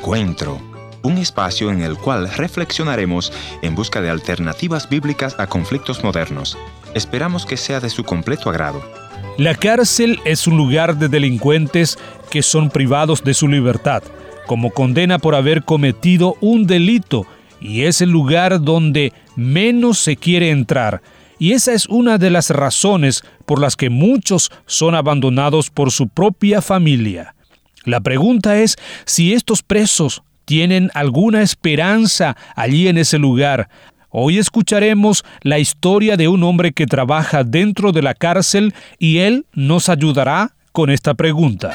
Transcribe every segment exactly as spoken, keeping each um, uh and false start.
Encuentro, un espacio en el cual reflexionaremos en busca de alternativas bíblicas a conflictos modernos. Esperamos que sea de su completo agrado. La cárcel es un lugar de delincuentes que son privados de su libertad, como condena por haber cometido un delito, y es el lugar donde menos se quiere entrar. Y esa es una de las razones por las que muchos son abandonados por su propia familia. La pregunta es si estos presos tienen alguna esperanza allí en ese lugar. Hoy escucharemos la historia de un hombre que trabaja dentro de la cárcel y él nos ayudará con esta pregunta.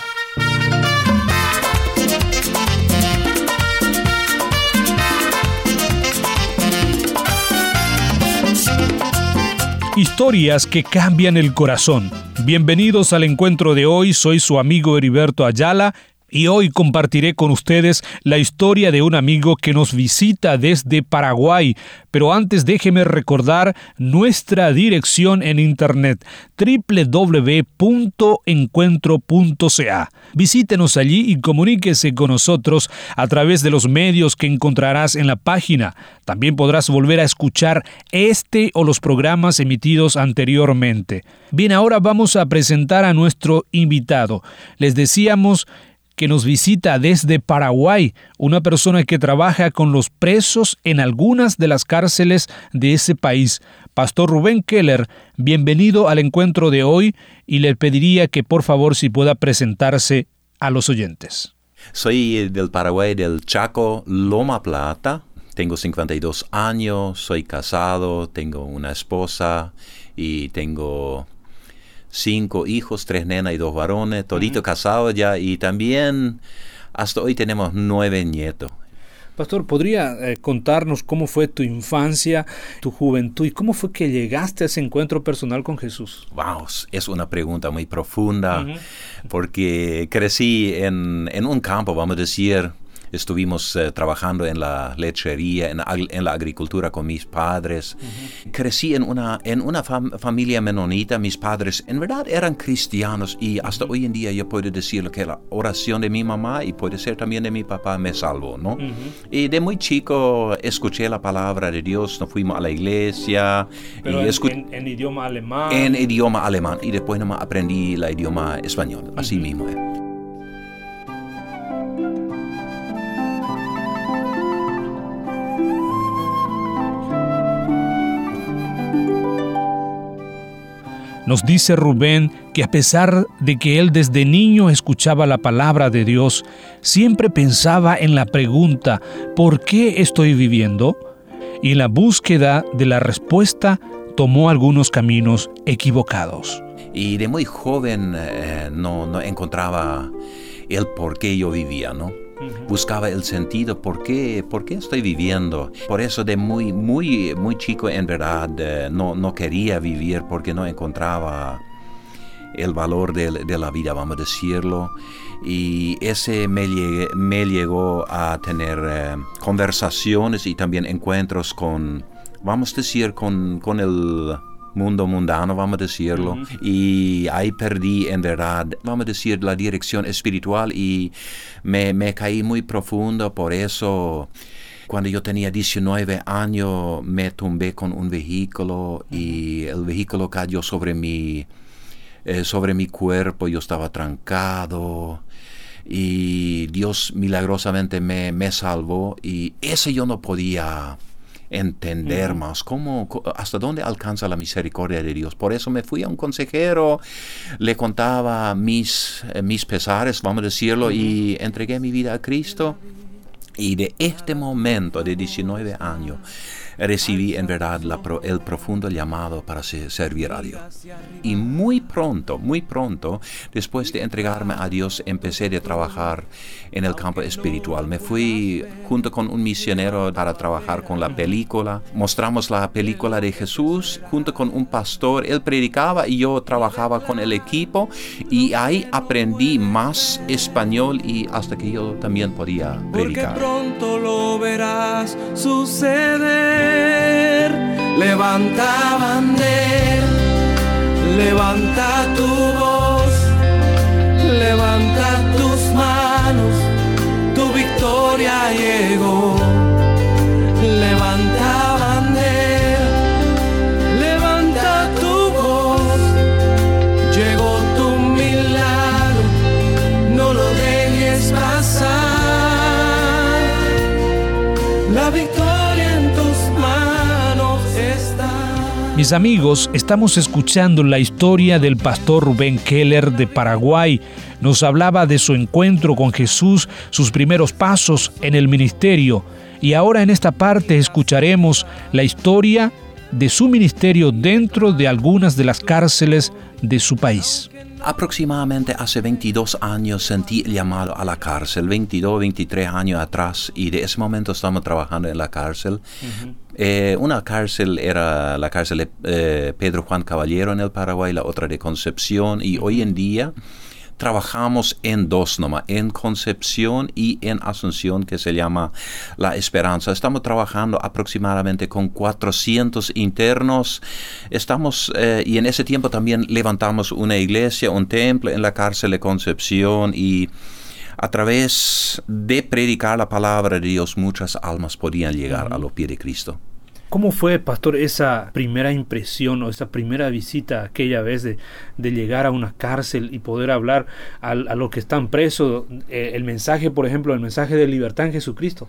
Historias que cambian el corazón. Bienvenidos al encuentro de hoy, soy su amigo Heriberto Ayala y hoy compartiré con ustedes la historia de un amigo que nos visita desde Paraguay. Pero antes déjeme recordar nuestra dirección en internet, doble u doble u doble u punto encuentro punto c a. Visítenos allí y comuníquese con nosotros a través de los medios que encontrarás en la página. También podrás volver a escuchar este o los programas emitidos anteriormente. Bien, ahora vamos a presentar a nuestro invitado. Les decíamos que nos visita desde Paraguay, una persona que trabaja con los presos en algunas de las cárceles de ese país. Pastor Rubén Keller, bienvenido al encuentro de hoy y le pediría que por favor si pueda presentarse a los oyentes. Soy del Paraguay, del Chaco, Loma Plata. Tengo cincuenta y dos años, soy casado, tengo una esposa y tengo cinco hijos, tres nenas y dos varones, todito uh-huh. casados ya, y también hasta hoy tenemos nueve nietos. Pastor, ¿podría eh, contarnos cómo fue tu infancia, tu juventud y cómo fue que llegaste a ese encuentro personal con Jesús? Wow, es una pregunta muy profunda, uh-huh. porque crecí en, en un campo, vamos a decir. Estuvimos eh, trabajando en la lechería, en, en la agricultura con mis padres. Uh-huh. Crecí en una, en una fam- familia menonita. Mis padres en verdad eran cristianos y hasta uh-huh. hoy en día yo puedo decir que la oración de mi mamá y puede ser también de mi papá me salvó, ¿no? Uh-huh. Y de muy chico escuché la palabra de Dios, nos fuimos a la iglesia. Pero y en, escu- en, en idioma alemán. En idioma alemán y después nomás aprendí el idioma español, uh-huh. así mismo. Eh. Nos dice Rubén que a pesar de que él desde niño escuchaba la palabra de Dios, siempre pensaba en la pregunta, ¿por qué estoy viviendo? Y en la búsqueda de la respuesta tomó algunos caminos equivocados. Y de muy joven eh, no, no encontraba el por qué yo vivía, ¿no? Buscaba el sentido, ¿por qué, por qué estoy viviendo? Por eso de muy, muy, muy chico en verdad eh, no, no quería vivir porque no encontraba el valor de, de la vida, vamos a decirlo. Y ese me, llegué, me llegó a tener eh, conversaciones y también encuentros con, vamos a decir, con, con el mundo mundano, vamos a decirlo, uh-huh. y ahí perdí en verdad, vamos a decir, la dirección espiritual y me, me caí muy profundo. Por eso cuando yo tenía diecinueve años me tumbé con un vehículo uh-huh. y el vehículo cayó sobre mi, eh, sobre mi cuerpo, yo estaba trancado y Dios milagrosamente me, me salvó y eso yo no podía entender uh-huh. más cómo, hasta dónde alcanza la misericordia de Dios. Por eso me fui a un consejero, le contaba mis, eh, mis pesares, vamos a decirlo, uh-huh. y entregué mi vida a Cristo. Y de este momento de diecinueve años recibí en verdad la, el profundo llamado para servir a Dios. Y muy pronto, muy pronto, después de entregarme a Dios, empecé a trabajar en el campo espiritual. Me fui junto con un misionero para trabajar con la película. Mostramos la película de Jesús junto con un pastor. Él predicaba y yo trabajaba con el equipo. Y ahí aprendí más español y hasta que yo también podía predicar. Porque pronto lo verás suceder. Levanta bandera, levanta tu voz, levanta tus manos, tu victoria Mis amigos, estamos escuchando la historia del pastor Rubén Keller de Paraguay. Nos hablaba de su encuentro con Jesús, sus primeros pasos en el ministerio. Y ahora en esta parte escucharemos la historia de su ministerio dentro de algunas de las cárceles de su país. Aproximadamente hace veintidós años sentí el llamado a la cárcel, veintidós, veintitrés años atrás, y de ese momento estamos trabajando en la cárcel. Uh-huh. Eh, una cárcel era la cárcel de eh, Pedro Juan Caballero en el Paraguay, la otra de Concepción, y uh-huh. hoy en día trabajamos en dos nomás, en Concepción y en Asunción, que se llama La Esperanza. Estamos trabajando aproximadamente con cuatrocientos internos. Estamos, eh, y en ese tiempo también levantamos una iglesia, un templo en la cárcel de Concepción, y a través de predicar la palabra de Dios, muchas almas podían llegar uh-huh. a los pies de Cristo. ¿Cómo fue, pastor, esa primera impresión o esa primera visita aquella vez de, de llegar a una cárcel y poder hablar a, a los que están presos, eh, el mensaje, por ejemplo, el mensaje de libertad en Jesucristo?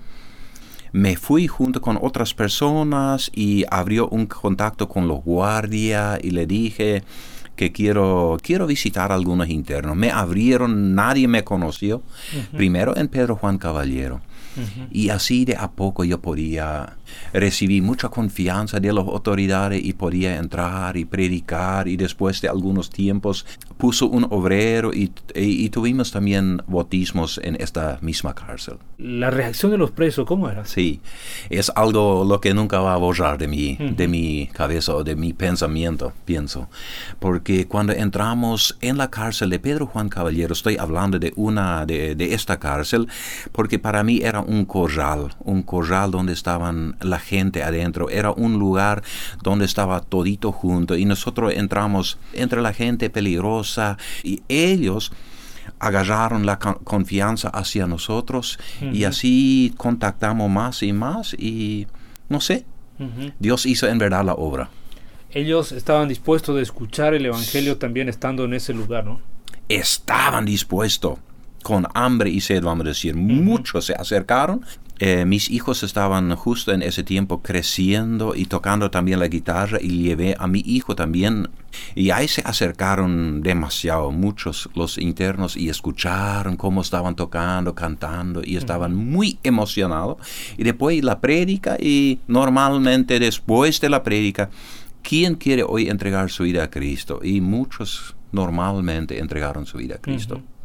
Me fui junto con otras personas y abrió un contacto con los guardias y le dije que quiero, quiero visitar a algunos internos. Me abrieron, nadie me conoció, uh-huh. primero en Pedro Juan Caballero. Uh-huh. Y así de a poco yo podía recibir mucha confianza de las autoridades y podía entrar y predicar, y después de algunos tiempos puso un obrero y, y, y tuvimos también bautismos en esta misma cárcel. ¿La reacción de los presos cómo era? Sí, es algo lo que nunca va a borrar de mi, uh-huh. de mi cabeza o de mi pensamiento, pienso. Porque cuando entramos en la cárcel de Pedro Juan Caballero, estoy hablando de una de, de esta cárcel, porque para mí era un corral, un corral donde estaban la gente adentro, era un lugar donde estaba todito junto, y nosotros entramos entre la gente peligrosa y ellos agarraron la con- confianza hacia nosotros uh-huh. y así contactamos más y más y no sé, uh-huh. Dios hizo en verdad la obra. Ellos estaban dispuestos a escuchar el evangelio también estando en ese lugar, ¿no? Estaban dispuestos. Con hambre y sed, vamos a decir. Uh-huh. Muchos se acercaron. Eh, mis hijos estaban justo en ese tiempo creciendo y tocando también la guitarra, y llevé a mi hijo también. Y ahí se acercaron demasiado, muchos los internos, y escucharon cómo estaban tocando, cantando, y estaban uh-huh. muy emocionados. Y después la prédica, y normalmente después de la prédica, ¿quién quiere hoy entregar su vida a Cristo? Y muchos normalmente entregaron su vida a Cristo. Uh-huh.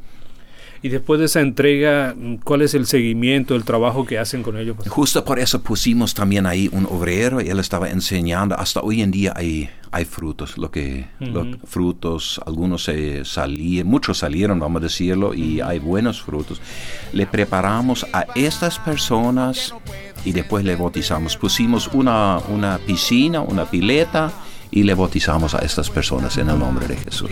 Y después de esa entrega, ¿cuál es el seguimiento, el trabajo que hacen con ellos? Justo por eso pusimos también ahí un obrero, y él estaba enseñando. Hasta hoy en día hay, hay frutos, lo que, uh-huh. lo, frutos, algunos se salieron, muchos salieron, vamos a decirlo, y uh-huh. hay buenos frutos. Le preparamos a estas personas y después le bautizamos. Pusimos una, una piscina, una pileta, y le bautizamos a estas personas en el nombre de Jesús.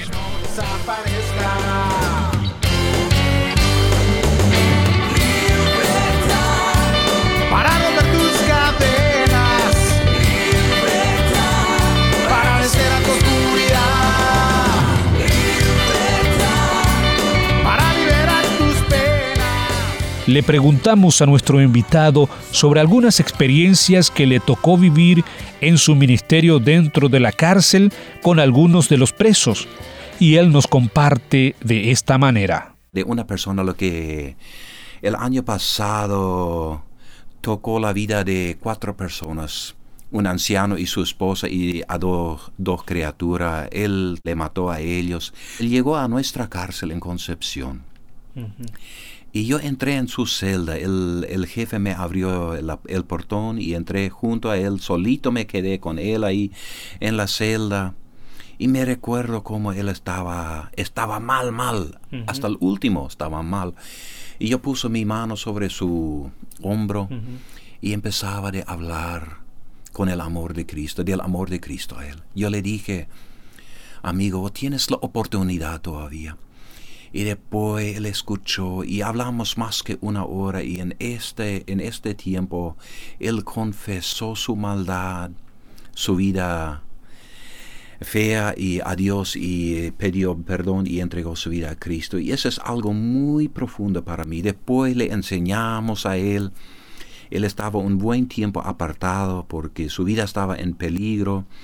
Le preguntamos a nuestro invitado sobre algunas experiencias que le tocó vivir en su ministerio dentro de la cárcel con algunos de los presos, y él nos comparte de esta manera. De una persona lo que el año pasado tocó la vida de cuatro personas, un anciano y su esposa, y a dos, dos criaturas. Él le mató a ellos. Él llegó a nuestra cárcel en Concepción. Uh-huh. Y yo entré en su celda. El, el jefe me abrió el, el portón y entré junto a él. Solito me quedé con él ahí en la celda. Y me recuerdo cómo él estaba, estaba mal, mal. Uh-huh. Hasta el último estaba mal. Y yo puse mi mano sobre su hombro uh-huh. y empezaba a hablar con el amor de Cristo, del amor de Cristo a él. Yo le dije, amigo, tienes la oportunidad todavía. Y después él escuchó y hablamos más que una hora, y en este, en este tiempo él confesó su maldad, su vida fea, y a Dios, y pidió perdón y entregó su vida a Cristo. Y eso es algo muy profundo para mí. Después le enseñamos a él. Él estaba un buen tiempo apartado porque su vida estaba en peligro.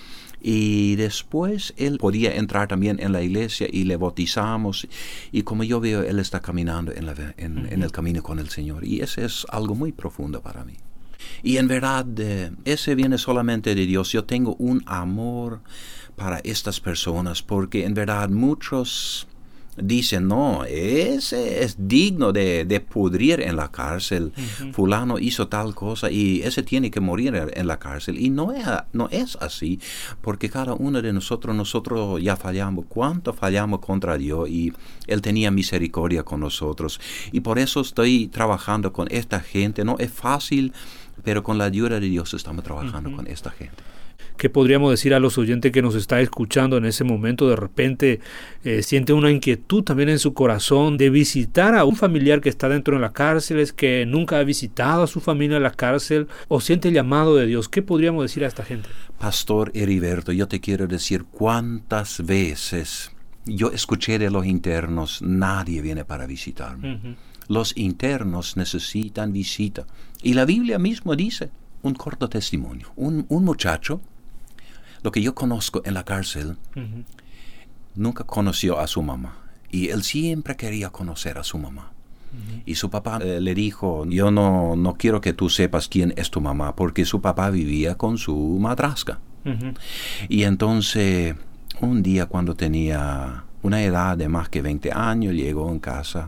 Y después él podía entrar también en la iglesia y le bautizamos. Y como yo veo, él está caminando en, la, en, uh-huh. en el camino con el Señor. Y eso es algo muy profundo para mí. Y en verdad, eh, ese viene solamente de Dios. Yo tengo un amor para estas personas porque en verdad muchos dicen, no, ese es digno de, de pudrir en la cárcel. Uh-huh. Fulano hizo tal cosa y ese tiene que morir en la cárcel. Y no es, no es así, porque cada uno de nosotros, nosotros ya fallamos. ¿Cuánto fallamos contra Dios? Y Él tenía misericordia con nosotros. Y por eso estoy trabajando con esta gente. No es fácil, pero con la ayuda de Dios estamos trabajando uh-huh. con esta gente. ¿Qué podríamos decir a los oyentes que nos está escuchando en ese momento? De repente eh, siente una inquietud también en su corazón de visitar a un familiar que está dentro de la cárcel, es que nunca ha visitado a su familia en la cárcel, o siente el llamado de Dios. ¿Qué podríamos decir a esta gente? Pastor Heriberto, yo te quiero decir cuántas veces yo escuché de los internos, nadie viene para visitarme. Uh-huh. Los internos necesitan visita. Y la Biblia mismo dice, un corto testimonio, un, un muchacho, lo que yo conozco en la cárcel, uh-huh. nunca conoció a su mamá. Y él siempre quería conocer a su mamá. Uh-huh. Y su papá eh, le dijo, yo no, no quiero que tú sepas quién es tu mamá, porque su papá vivía con su madrastra. Uh-huh. Y entonces, un día cuando tenía una edad de más que veinte años, llegó en casa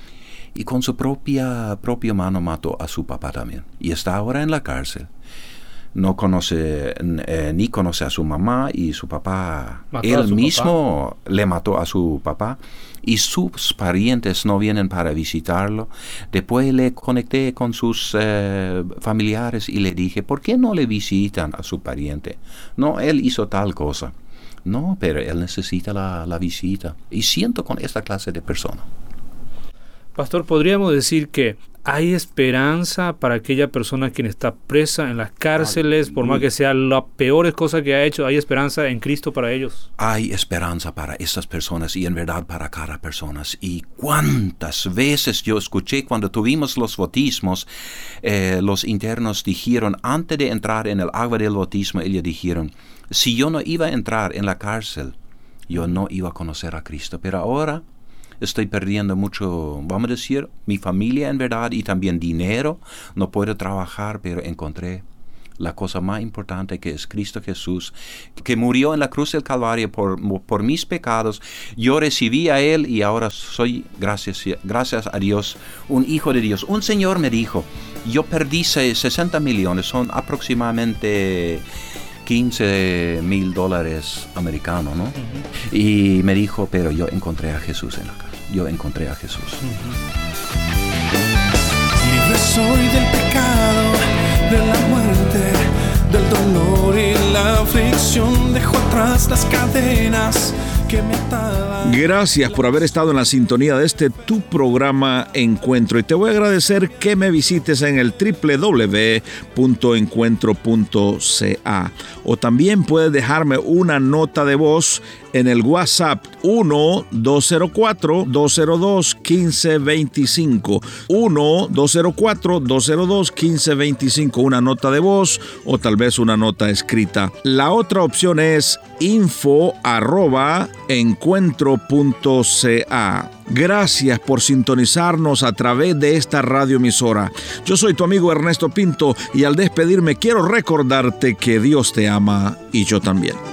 y con su propia, propia mano mató a su papá también. Y está ahora en la cárcel. No conoce, eh, ni conoce a su mamá y su papá, mató él su mismo papá. Le mató a su papá y sus parientes no vienen para visitarlo. Después le conecté con sus eh, familiares y le dije, ¿por qué no le visitan a su pariente? No, él hizo tal cosa. No, pero él necesita la, la visita. Y siento con esta clase de persona. Pastor, ¿podríamos decir que hay esperanza para aquella persona quien está presa en las cárceles, por más que sean las peores cosas que ha hecho? ¿Hay esperanza en Cristo para ellos? Hay esperanza para estas personas y en verdad para cada persona. Y cuántas veces yo escuché cuando tuvimos los bautismos, eh, los internos dijeron, antes de entrar en el agua del bautismo, ellos dijeron, si yo no iba a entrar en la cárcel, yo no iba a conocer a Cristo. Pero ahora estoy perdiendo mucho, vamos a decir, mi familia en verdad y también dinero. No puedo trabajar, pero encontré la cosa más importante, que es Cristo Jesús, que murió en la cruz del Calvario por, por mis pecados. Yo recibí a Él y ahora soy, gracias, gracias a Dios, un hijo de Dios. Un señor me dijo, yo perdí sesenta millones, son aproximadamente quince mil dólares americanos, ¿no? Uh-huh. Y me dijo, pero yo encontré a Jesús en la casa. Yo encontré a Jesús. Uh-huh. Libre soy del pecado, de la muerte, del dolor y la aflicción. Dejo atrás las cadenas que me ataban. Gracias por haber estado en la sintonía de este tu programa Encuentro, y te voy a agradecer que me visites en el doble u doble u doble u punto encuentro punto c a, o también puedes dejarme una nota de voz en el WhatsApp uno dos cero cuatro dos cero dos uno cinco dos cinco, uno dos cero cuatro dos cero dos uno cinco dos cinco, una nota de voz o tal vez una nota escrita. La otra opción es info arroba encuentro punto c a. Gracias por sintonizarnos a través de esta radioemisora. Yo soy tu amigo Ernesto Pinto y al despedirme quiero recordarte que Dios te ama y yo también.